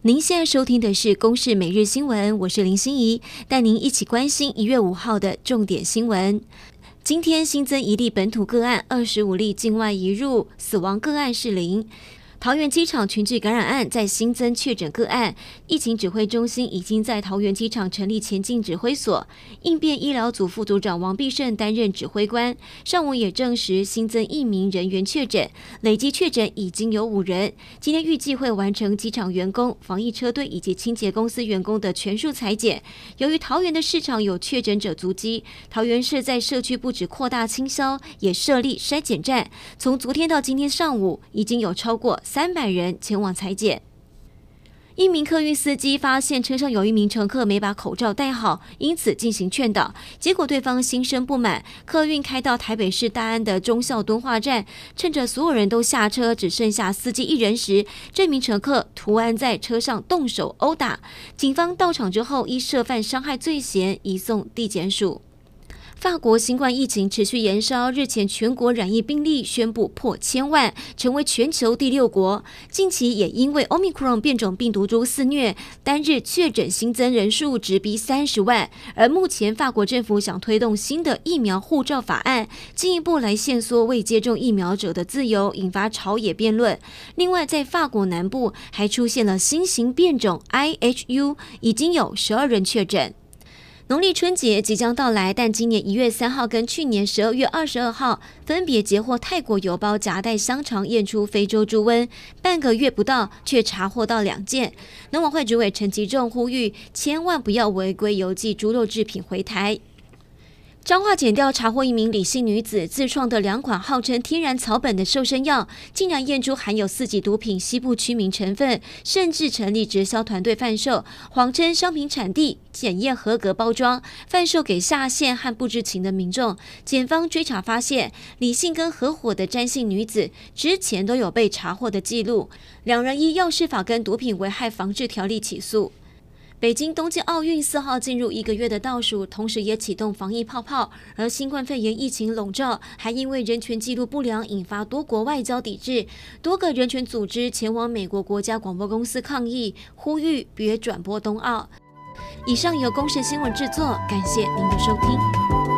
您现在收听的是公视每日新闻，我是林心怡，带您一起关心1月5号的重点新闻。今天新增1例本土个案，25例境外移入，死亡个案是0。桃园机场群聚感染案再新增确诊个案，疫情指挥中心已经在桃园机场成立前进指挥所，应变医疗组副组长王必胜担任指挥官。上午也证实新增1名人员确诊，累计确诊已经有5人。今天预计会完成机场员工、防疫车队以及清洁公司员工的全数采检。由于桃园的市场有确诊者足迹，桃园市在社区不止扩大清消，也设立筛检站。从昨天到今天上午，已经有超过300人前往采检。一名客运司机发现车上有一名乘客没把口罩戴好，因此进行劝导，结果对方心生不满，客运开到台北市大安的忠孝敦化站，趁着所有人都下车，只剩下司机一人时，这名乘客突然在车上动手殴打。警方到场之后，依涉犯伤害罪嫌移送地检署。法国新冠疫情持续延烧，日前全国染疫病例宣布破1000万，成为全球第6国。近期也因为 Omicron 变种病毒株肆虐，单日确诊新增人数直逼30万。而目前法国政府想推动新的疫苗护照法案，进一步来限缩未接种疫苗者的自由，引发朝野辩论。另外，在法国南部还出现了新型变种 IHU， 已经有12人确诊。农历春节即将到来，但今年1月3号跟去年12月22号分别截获泰国邮包夹带香肠验出非洲猪瘟，半个月不到却查获到2件。农委会主委陈吉仲呼吁，千万不要违规邮寄猪肉制品回台。彰化检调查获一名李姓女子自创的2款号称天然草本的瘦身药，竟然验出含有4级毒品西部曲名成分，甚至成立直销团队贩售，谎称商品产地、检验合格包装，贩售给下线和不知情的民众。检方追查发现，李姓跟合伙的詹姓女子之前都有被查获的记录，2人依药事法跟毒品危害防治条例起诉。北京冬季奥运4号进入1个月的倒数，同时也启动防疫泡泡，而新冠肺炎疫情笼罩，还因为人权记录不良引发多国外交抵制，多个人权组织前往美国国家广播公司抗议，呼吁别转播冬奥。以上由公视新闻制作，感谢您的收听。